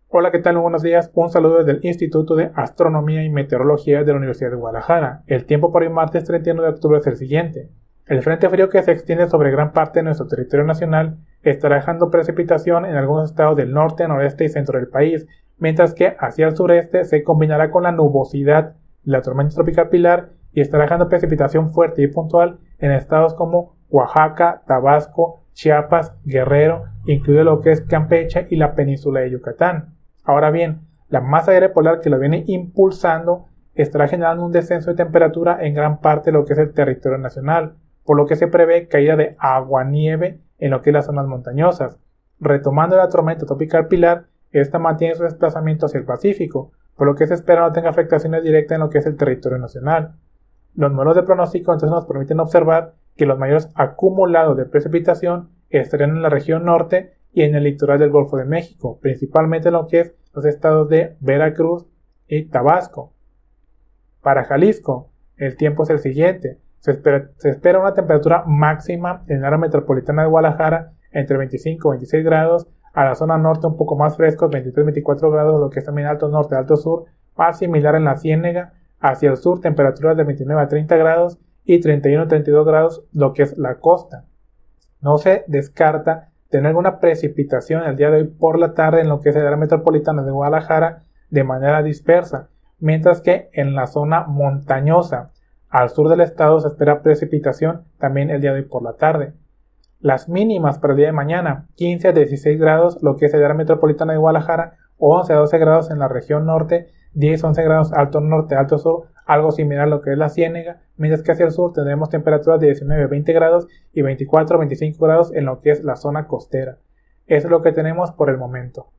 Hola, ¿qué tal? Muy buenos días. Un saludo desde el Instituto de Astronomía y Meteorología de la Universidad de Guadalajara. El tiempo para hoy martes 31 de octubre es el siguiente. El frente frío que se extiende sobre gran parte de nuestro territorio nacional estará dejando precipitación en algunos estados del norte, noreste y centro del país, mientras que hacia el sureste se combinará con la nubosidad de la tormenta tropical Pilar y estará dejando precipitación fuerte y puntual en estados como Oaxaca, Tabasco, Chiapas, Guerrero, incluido lo que es Campeche y la península de Yucatán. Ahora bien, la masa de aire polar que lo viene impulsando estará generando un descenso de temperatura en gran parte de lo que es el territorio nacional, por lo que se prevé caída de agua-nieve en lo que es las zonas montañosas. Retomando la tormenta tropical Pilar, esta mantiene su desplazamiento hacia el Pacífico, por lo que se espera no tenga afectaciones directas en lo que es el territorio nacional. Los modelos de pronóstico entonces nos permiten observar que los mayores acumulados de precipitación estarían en la región norte y en el litoral del Golfo de México, principalmente en lo que es los estados de Veracruz y Tabasco. Para Jalisco, el tiempo es el siguiente. Se espera una temperatura máxima en el área metropolitana de Guadalajara entre 25 y 26 grados, a la zona norte un poco más fresco, 23-24 grados, lo que es también alto norte, alto sur, más similar en la Ciénega. Hacia el sur, temperaturas de 29 a 30 grados y 31 a 32 grados, lo que es la costa. No se descarta tener alguna precipitación el día de hoy por la tarde en lo que es el área metropolitana de Guadalajara de manera dispersa, mientras que en la zona montañosa al sur del estado se espera precipitación también el día de hoy por la tarde. Las mínimas para el día de mañana, 15 a 16 grados, lo que es el área metropolitana de Guadalajara, 11 a 12 grados en la región norte, 10 a 11 grados alto norte, alto sur, algo similar a lo que es la Ciénega, mientras que hacia el sur tendremos temperaturas de 19 a 20 grados y 24 a 25 grados en lo que es la zona costera. Eso es lo que tenemos por el momento.